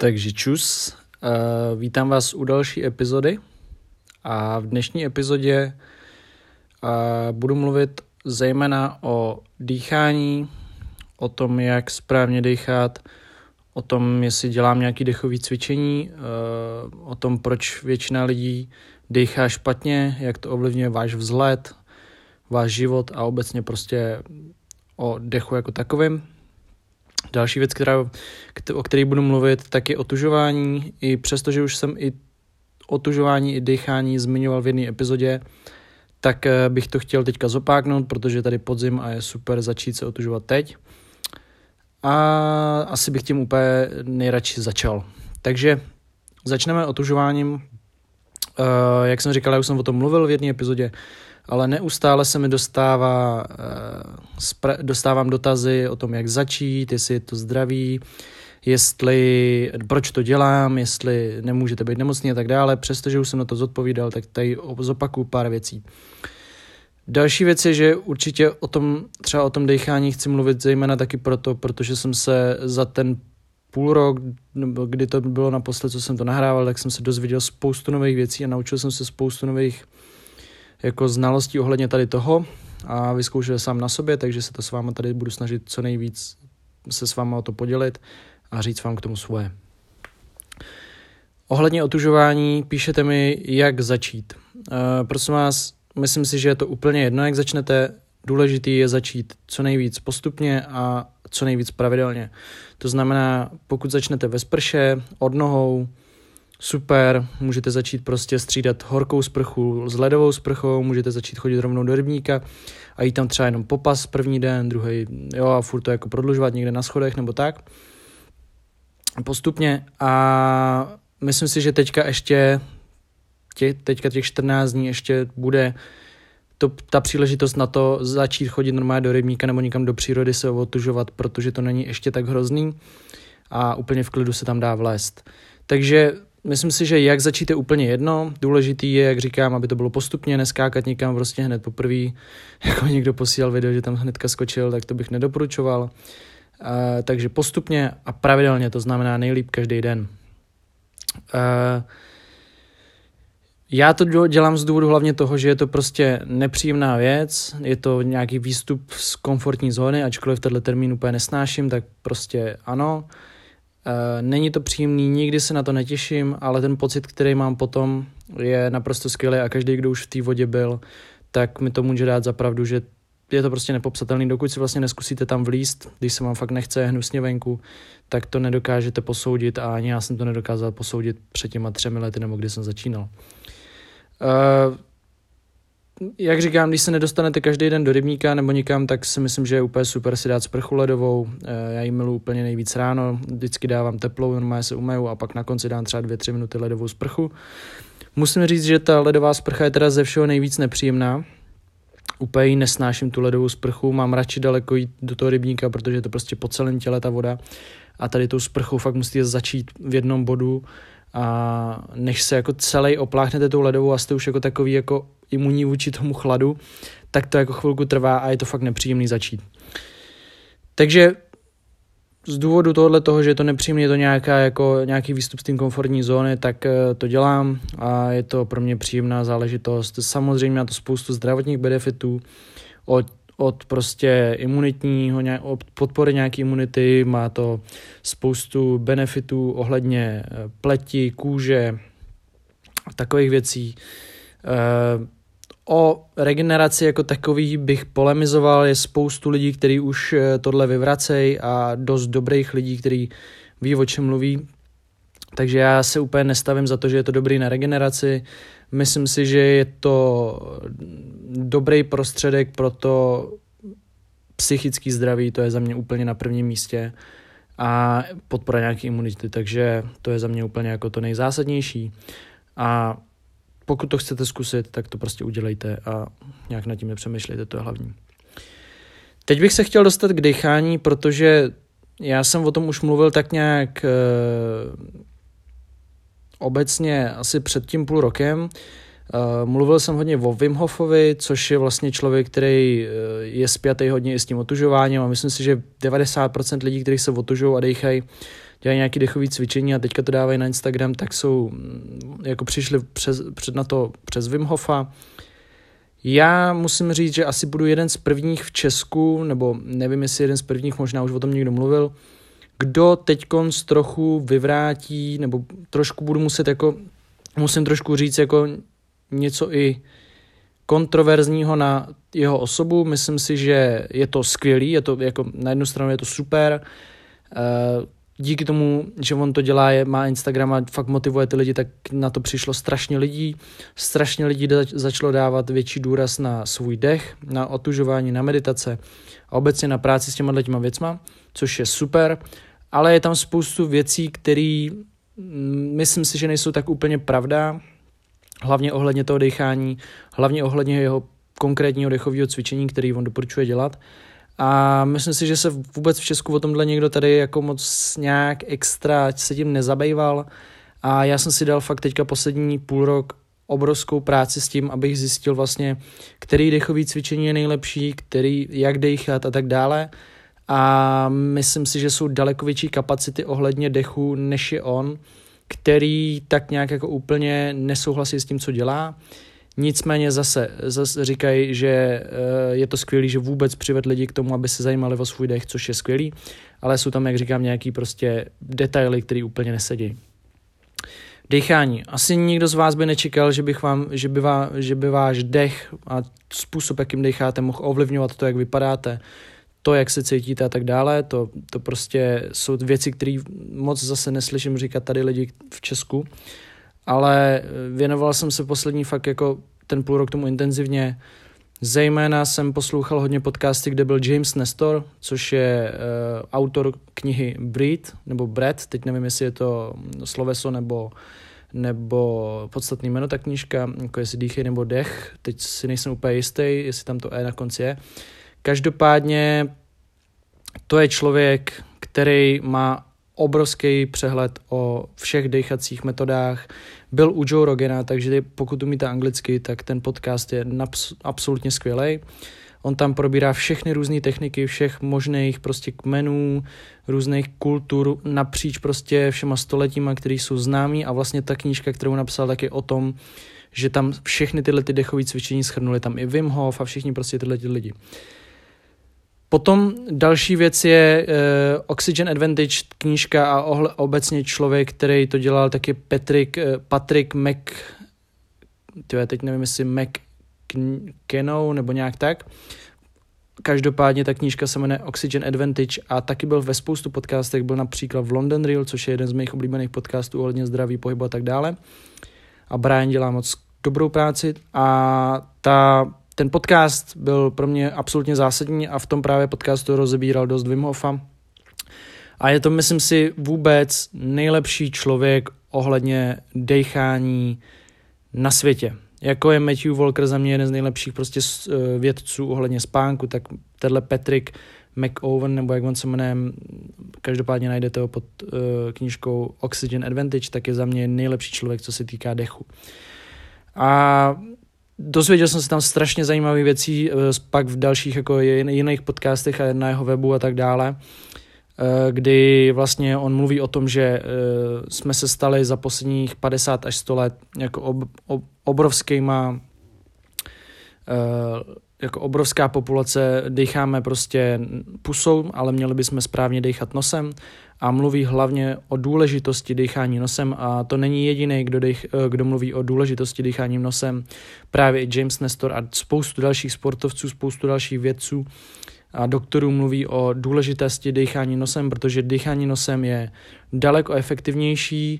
Takže čus, vítám vás u další epizody a v dnešní epizodě budu mluvit zejména o dýchání, o tom, jak správně dýchat, o tom, jestli dělám nějaké dechové cvičení, o tom, proč většina lidí dýchá špatně, jak to ovlivňuje váš vzhled, váš život a obecně prostě o dechu jako takovým. Další věc, o které budu mluvit, tak je otužování. I přestože už jsem i otužování, i dýchání zmiňoval v jedné epizodě, tak bych to chtěl teďka zopáknout, protože je tady podzim a je super začít se otužovat teď. A asi bych tím úplně nejradši začal. Takže začneme otužováním. Jak jsem říkal, já už jsem o tom mluvil v jedné epizodě, ale neustále se mi dostávám dotazy o tom, jak začít, jestli je to zdraví, proč to dělám, jestli nemůžete být nemocný a tak dále. Přestože už jsem na to zodpovídal, tak tady zopakuju pár věcí. Další věc je, že určitě třeba o tom dýchání chci mluvit zejména taky protože jsem se za ten půl rok, kdy to bylo naposled, co jsem to nahrával, tak jsem se dozvěděl spoustu nových věcí a naučil jsem se spoustu nových jako znalostí ohledně tady toho a vyzkoušel sám na sobě, takže se to s váma tady budu snažit co nejvíc se s váma o to podělit a říct vám k tomu svoje. Ohledně otužování píšete mi, jak začít. Prosím vás, myslím si, že je to úplně jedno, jak začnete. Důležitý je začít co nejvíc postupně a co nejvíc pravidelně. To znamená, pokud začnete ve sprše, od nohou, super, můžete začít prostě střídat horkou sprchu s ledovou sprchou, můžete začít chodit rovnou do rybníka a jít tam třeba jenom popas první den, druhý, a furt to jako prodlužovat někde na schodech nebo tak. Postupně a myslím si, že teďka těch 14 dní ještě bude ta příležitost na to začít chodit normálně do rybníka nebo někam do přírody se otužovat, protože to není ještě tak hrozný a úplně v klidu se tam dá vlézt. Takže myslím si, že jak začít je úplně jedno, důležitý je, jak říkám, aby to bylo postupně, neskákat někam prostě hned poprvé, jako někdo posílal video, že tam hnedka skočil, tak to bych nedoporučoval. Takže postupně a pravidelně, to znamená nejlíp každý den. Já to dělám z důvodu hlavně toho, že je to prostě nepříjemná věc, je to nějaký výstup z komfortní zóny, ačkoliv tenhle termín úplně nesnáším, tak prostě ano. Není to příjemný, nikdy se na to netěším, ale ten pocit, který mám potom, je naprosto skvělý a každý, kdo už v té vodě byl, tak mi to může dát za pravdu, že je to prostě nepopsatelný. Dokud si vlastně neskusíte tam vlízt, když se vám fakt nechce hnusně venku, tak to nedokážete posoudit a ani já jsem to nedokázal posoudit před těma 3 lety, nebo kdy jsem začínal. Jak říkám, když se nedostanete každý den do rybníka nebo nikam, tak si myslím, že je úplně super si dát sprchu ledovou. Já ji miluji úplně nejvíc ráno, vždycky dávám teplou, normálně se umeju a pak na konci dám třeba 2-3 minuty ledovou sprchu. Musím říct, že ta ledová sprcha je teda ze všeho nejvíc nepříjemná. Úplně ji nesnáším tu ledovou sprchu, mám radši daleko jít do toho rybníka, protože je to prostě po celém těle ta voda a tady tou sprchou fakt musíte začít v jednom bodu a než se jako celý opláchnete tou ledovou a jste už jako takový jako imunní vůči tomu chladu, tak to jako chvilku trvá a je to fakt nepříjemný začít. Takže z důvodu toho, že je to nepříjemný, je to nějaký výstup z té komfortní zóny, tak to dělám a je to pro mě příjemná záležitost. Samozřejmě má to spoustu zdravotních benefitů, od prostě imunitního, od podpory nějaké imunity, má to spoustu benefitů ohledně pleti, kůže a takových věcí. O regeneraci jako takový bych polemizoval, je spoustu lidí, kteří už tohle vyvracejí a dost dobrých lidí, kteří ví, o čem mluví. Takže já se úplně nestavím za to, že je to dobrý na regeneraci. Myslím si, že je to dobrý prostředek pro to psychické zdraví, to je za mě úplně na prvním místě a podpora nějaké imunity, takže to je za mě úplně jako to nejzásadnější a pokud to chcete zkusit, tak to prostě udělejte a nějak nad tím nepřemýšlejte, to je hlavní. Teď bych se chtěl dostat k dýchání, protože já jsem o tom už mluvil tak nějak obecně asi před tím půl rokem. Mluvil jsem hodně o Wim Hofovi, což je vlastně člověk, který je spjatý hodně i s tím otužováním a myslím si, že 90% lidí, kteří se otužují a dejchají, dělají nějaké dechové cvičení a teďka to dávají na Instagram, tak jsou, jako přišli přes Wim Hofa. Já musím říct, že asi budu jeden z prvních v Česku, nebo nevím, jestli jeden z prvních, možná už o tom někdo mluvil, kdo teďkonc trochu vyvrátí, nebo trošku budu muset jako, musím trošku říct jako něco i kontroverzního na jeho osobu. Myslím si, že je to skvělý, je to jako na jednu stranu je to super, díky tomu, že on to dělá, má Instagram a fakt motivuje ty lidi, tak na to přišlo strašně lidí začalo dávat větší důraz na svůj dech, na otužování, na meditace a obecně na práci s těma věcma, což je super, ale je tam spoustu věcí, které myslím si, že nejsou tak úplně pravda, hlavně ohledně toho dechání, hlavně ohledně jeho konkrétního dechového cvičení, který on doporučuje dělat. A myslím si, že se vůbec v Česku o tomhle někdo tady jako moc nějak extra se tím nezabýval a já jsem si dal fakt teďka poslední půl rok obrovskou práci s tím, abych zjistil vlastně, který dechový cvičení je nejlepší, jak dechat a tak dále a myslím si, že jsou daleko větší kapacity ohledně dechu, než je on, který tak nějak jako úplně nesouhlasí s tím, co dělá. Nicméně zase říkají, že je to skvělý, že vůbec přived lidi k tomu, aby se zajímali o svůj dech, což je skvělý, ale jsou tam, jak říkám, nějaký prostě detaily, které úplně nesedí. Dechání. Asi nikdo z vás by nečekal, že by váš dech a způsob, jakým decháte, mohl ovlivňovat to, jak vypadáte, to, jak se cítíte a tak dále. To prostě jsou věci, které moc zase neslyším říkat tady lidi v Česku, ale věnoval jsem se poslední fakt jako ten půl rok tomu intenzivně. Zejména jsem poslouchal hodně podcasty, kde byl James Nestor, což je autor knihy Breath, teď nevím, jestli je to sloveso nebo podstatný jméno ta knížka, jako jestli dýchej nebo dech, teď si nejsem úplně jistý, jestli tam to na konci je. Každopádně to je člověk, který má obrovský přehled o všech dechacích metodách. Byl u Joe Rogana, takže pokud umíte anglicky, tak ten podcast je absolutně skvělej. On tam probírá všechny různé techniky, všech možných prostě kmenů, různých kultur napříč prostě všema stoletíma, který jsou známí a vlastně ta knížka, kterou napsal, tak je o tom, že tam všechny tyhle ty dechové cvičení shrnuli, tam i Wim Hof a všichni prostě tyhle ty lidi. Potom další věc je Oxygen Advantage knížka a obecně člověk, který to dělal, tak je Patrick teď nevím, jestli McKenna nebo nějak tak. Každopádně ta knížka se jmenuje Oxygen Advantage a taky byl ve spoustu podcastech, byl například v London Real, což je jeden z mých oblíbených podcastů ohledně zdraví, pohybu a tak dále. A Brian dělá moc dobrou práci a ten podcast byl pro mě absolutně zásadní a v tom právě podcastu rozebíral dost Wim Hofa. A je to, myslím si, vůbec nejlepší člověk ohledně dechání na světě. Jako je Matthew Walker za mě jeden z nejlepších prostě vědců ohledně spánku, tak tenhle Patrick McOwen, nebo jak on se jmenuje, každopádně najdete ho pod knížkou Oxygen Advantage, tak je za mě nejlepší člověk, co se týká dechu. A dozvěděl jsem se tam strašně zajímavé věcí, pak v dalších jako jiných podcastech a na jeho webu a tak dále, kdy vlastně on mluví o tom, že jsme se stali za posledních 50 až 100 let jako jako obrovská populace, decháme prostě pusou, ale měli bychom správně dechat nosem a mluví hlavně o důležitosti dechání nosem a to není jediný, kdo mluví o důležitosti dechání nosem, právě i James Nestor a spoustu dalších sportovců, spoustu dalších vědců a doktorů mluví o důležitosti dechání nosem, protože dechání nosem je daleko efektivnější,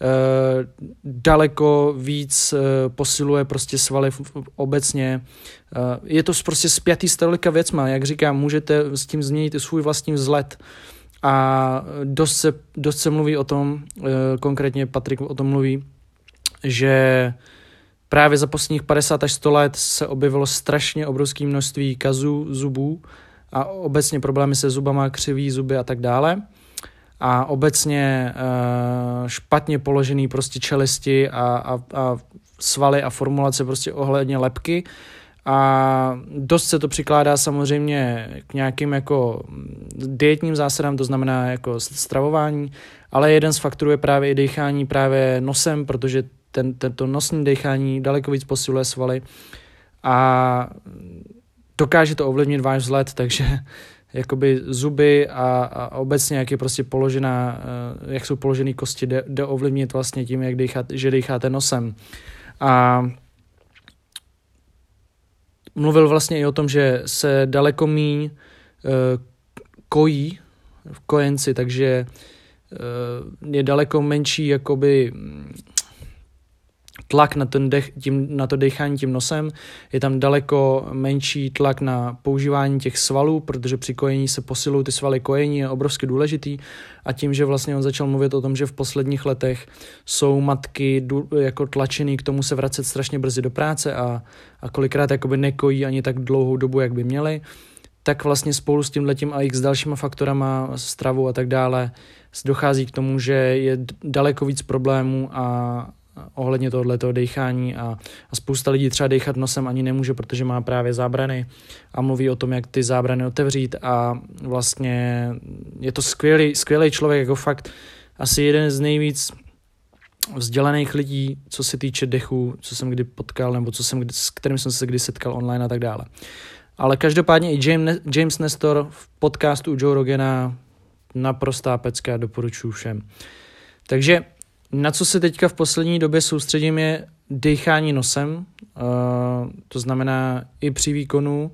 daleko víc posiluje prostě svaly obecně. Je to prostě spjatý s tolika věcma, jak říkám, můžete s tím změnit i svůj vlastní vzhled a dost se mluví o tom, konkrétně Patrik o tom mluví, že právě za posledních 50 až 100 let se objevilo strašně obrovské množství kazů, zubů a obecně problémy se zubama, křivý zuby a tak dále. A obecně špatně položený prostě čelisti a svaly a formulace prostě ohledně lebky. A dost se to přikládá samozřejmě k nějakým jako dietním zásadám, to znamená jako stravování, ale jeden z faktorů je právě i dýchání právě nosem, protože tento nosní dýchání daleko víc posiluje svaly a dokáže to ovlivnit váš vzhled, takže jakoby zuby a obecně jak je prostě položená, jak jsou položené kosti, jde ovlivnit vlastně tím, že dýcháte nosem. A mluvil vlastně i o tom, že se daleko míň kojí v kojenci, takže je daleko menší jakoby tlak na to dýchání tím nosem, je tam daleko menší tlak na používání těch svalů, protože při kojení se posilují ty svaly kojení, je obrovsky důležitý a tím, že vlastně on začal mluvit o tom, že v posledních letech jsou matky jako tlačený k tomu se vracet strašně brzy do práce a kolikrát jakoby nekojí ani tak dlouhou dobu, jak by měli, tak vlastně spolu s tímhletím a i s dalšíma faktorama, stravu a tak dále, dochází k tomu, že je daleko víc problémů a ohledně tohoto dýchání a spousta lidí třeba dýchat nosem ani nemůže, protože má právě zábrany a mluví o tom, jak ty zábrany otevřít a vlastně je to skvělý člověk, jako fakt asi jeden z nejvíc vzdělaných lidí, co se týče dechu, co jsem kdy potkal nebo s kterým jsem se kdy setkal online a tak dále. Ale každopádně i James Nestor v podcastu u Joe Rogana naprostá pecka, doporučuji všem. Takže na co se teďka v poslední době soustředím je dýchání nosem, to znamená i při výkonu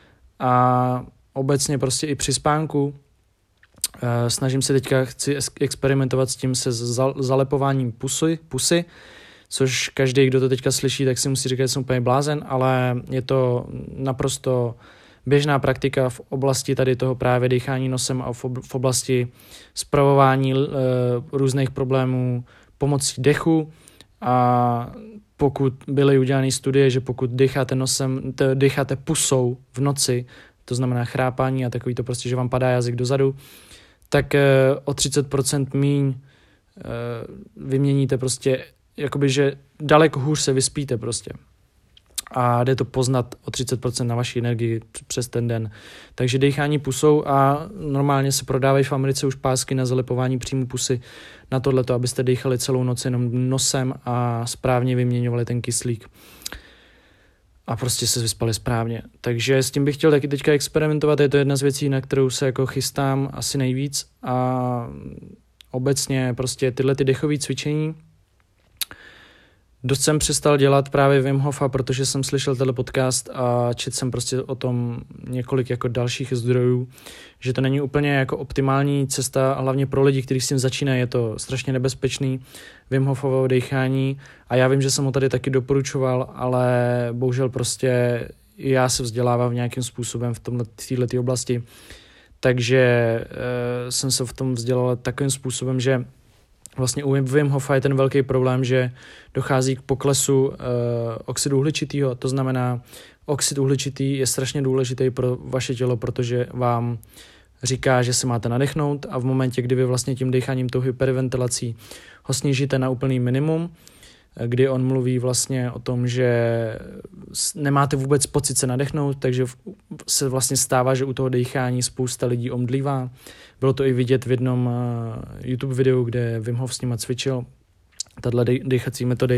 a obecně prostě i při spánku. Snažím se teďka, chci experimentovat s tím se zalepováním pusy, což každý, kdo to teďka slyší, tak si musí říkat, že jsem úplně blázen, ale je to naprosto běžná praktika v oblasti tady toho právě dýchání nosem a v oblasti spravování různých problémů pomocí dechu a pokud byly udělané studie, že pokud dýcháte pusou v noci, to znamená chrápání a takový to prostě, že vám padá jazyk dozadu, tak o 30% míň vyměníte prostě, jakoby, že daleko hůř se vyspíte prostě. A jde to poznat o 30% na vaší energii přes ten den. Takže dýchání pusou a normálně se prodávají v Americe už pásky na zalepování přímo pusy na tohleto, abyste dýchali celou noc jenom nosem a správně vyměňovali ten kyslík. A prostě se vyspali správně. Takže s tím bych chtěl taky teďka experimentovat, je to jedna z věcí, na kterou se jako chystám asi nejvíc a obecně prostě tyhle ty dechové cvičení. Dost jsem přestal dělat právě Wim Hofa, protože jsem slyšel tenhle podcast a četl jsem prostě o tom několik jako dalších zdrojů, že to není úplně jako optimální cesta, hlavně pro lidi, kteří s tím začínají, je to strašně nebezpečný Wim Hofovo dýchání a já vím, že jsem ho tady taky doporučoval, ale bohužel prostě já se vzdělávám nějakým způsobem v této oblasti, takže jsem se v tom vzdělal takovým způsobem, že vlastně u Wim Hofa je ten velký problém, že dochází k poklesu oxidu uhličitého, to znamená, oxid uhličitý je strašně důležitý pro vaše tělo, protože vám říká, že se máte nadechnout a v momentě, kdy vy vlastně tím dýcháním, tou hyperventilací ho snížíte na úplný minimum, kdy on mluví vlastně o tom, že nemáte vůbec pocit se nadechnout, takže se vlastně stává, že u toho dýchání spousta lidí omdlívá. Bylo to i vidět v jednom YouTube videu, kde Wim Hof s nima cvičil tato dýchací metody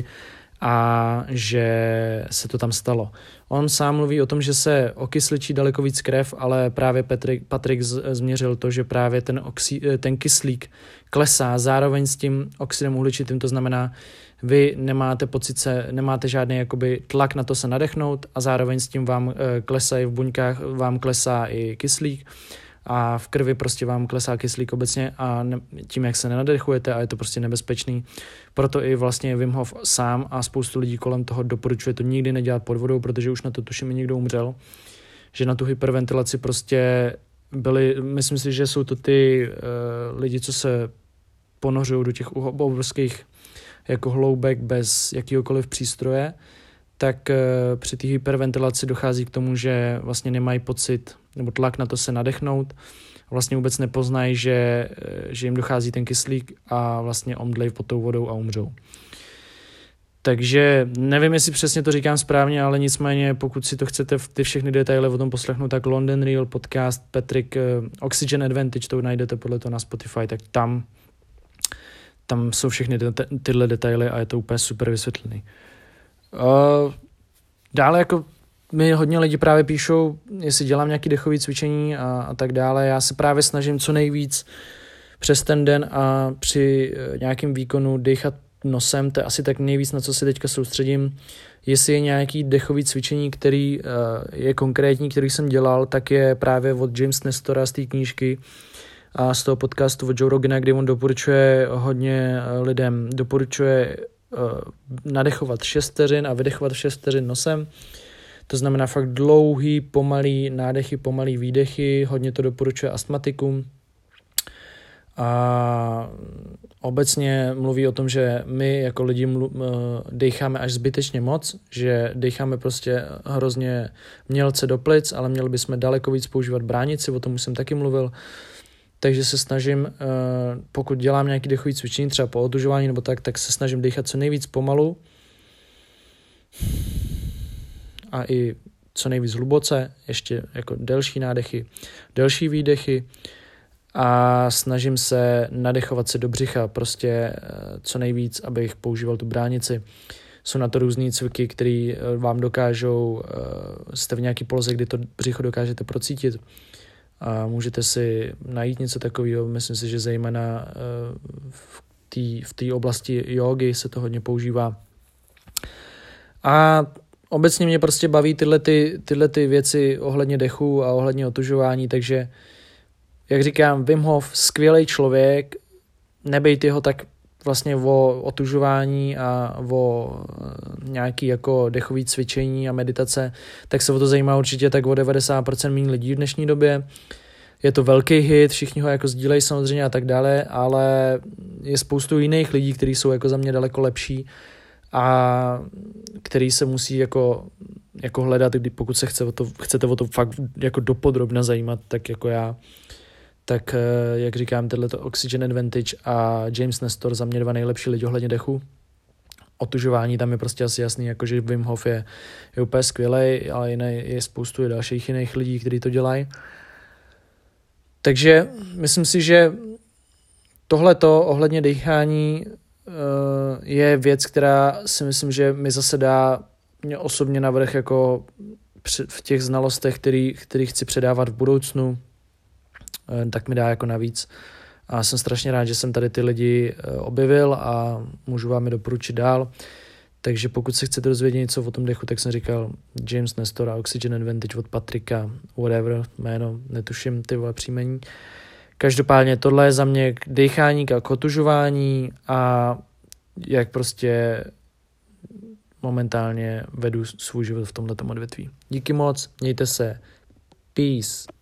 a že se to tam stalo. On sám mluví o tom, že se okysličí daleko víc krev, ale právě Patrik změřil to, že právě ten kyslík klesá zároveň s tím oxidem uhličitým, to znamená, vy nemáte žádný jakoby tlak na to se nadechnout a zároveň s tím vám klesají v buňkách, vám klesá i kyslík a v krvi prostě vám klesá kyslík obecně a tím, jak se nenadechujete a je to prostě nebezpečný. Proto i vlastně Wim Hof sám a spoustu lidí kolem toho doporučuje to nikdy nedělat pod vodou, protože už na to tuším někdo umřel, že na tu hyperventilaci prostě myslím si, že jsou to ty lidi, co se ponořují do těch obrovských jako hloubek bez jakýhokoliv přístroje, tak při té hyperventilaci dochází k tomu, že vlastně nemají pocit nebo tlak na to se nadechnout. Vlastně vůbec nepoznají, že jim dochází ten kyslík a vlastně omdlejí pod tou vodou a umřou. Takže nevím, jestli přesně to říkám správně, ale nicméně, pokud si to chcete ty všechny detaily o tom poslechnout, tak London Real podcast Patrick Oxygen Advantage, to najdete podle toho na Spotify, tak tam tam jsou všechny tyhle detaily a je to úplně super vysvětlený. Dále jako mi hodně lidi právě píšou, jestli dělám nějaké dechové cvičení a tak dále. Já se právě snažím co nejvíc přes ten den a při nějakém výkonu dechat nosem, to je asi tak nejvíc, na co se teďka soustředím. Jestli je nějaký dechový cvičení, který je konkrétní, který jsem dělal, tak je právě od James Nestora z té knížky a z toho podcastu od Joe Rogana, kde on doporučuje hodně lidem, doporučuje nadechovat 6 vteřin a vydechovat 6 vteřin nosem. To znamená fakt dlouhý, pomalý nádechy, pomalý výdechy, hodně to doporučuje astmatikům. A obecně mluví o tom, že my jako lidi decháme až zbytečně moc, že decháme prostě hrozně mělce do plic, ale měli bychom daleko víc používat bránici, o tom už jsem taky mluvil. Takže se snažím, pokud dělám nějaký dechový cvičení, třeba po otužování nebo tak se snažím dechat co nejvíc pomalu a i co nejvíc hluboce, ještě jako delší nádechy, delší výdechy a snažím se nadechovat se do břicha prostě co nejvíc, abych používal tu bránici. Jsou na to různý cviky, které vám dokážou, jste v nějaký poloze, kdy to břicho dokážete procítit a můžete si najít něco takového. Myslím si, že zejména v té oblasti jógy se to hodně používá. A obecně mě prostě baví tyhle ty věci ohledně dechu a ohledně otužování, takže jak říkám, Wim Hof, skvělý člověk, nebejt jeho tak vlastně o otužování a o nějaký jako dechový cvičení a meditace, tak se o to zajímá určitě tak o 90% méně lidí v dnešní době. Je to velký hit, všichni ho jako sdílejí samozřejmě a tak dále, ale je spoustu jiných lidí, kteří jsou jako za mě daleko lepší a který se musí jako hledat, pokud se chcete o to fakt jako dopodrobna zajímat, tak jako já. Tak jak říkám, tohleto Oxygen Advantage a James Nestor za mě 2 nejlepší lidi ohledně dechu. Otužování tam je prostě asi jasný, jakože Wim Hof je úplně skvělej, ale je spoustu dalších jiných lidí, kteří to dělají. Takže myslím si, že tohleto ohledně dýchání je věc, která si myslím, že mi zase dá mě osobně navrch jako v těch znalostech, který chci předávat v budoucnu, tak mi dá jako navíc. A jsem strašně rád, že jsem tady ty lidi objevil a můžu vám je doporučit dál. Takže pokud se chcete dozvědět něco o tom dechu, tak jsem říkal James Nestor a Oxygen Advantage od Patrika, whatever, jméno, netuším ty vole příjmení. Každopádně tohle je za mě k dechání, k otužování a jak prostě momentálně vedu svůj život v tomhletom odvětví. Díky moc, mějte se, peace.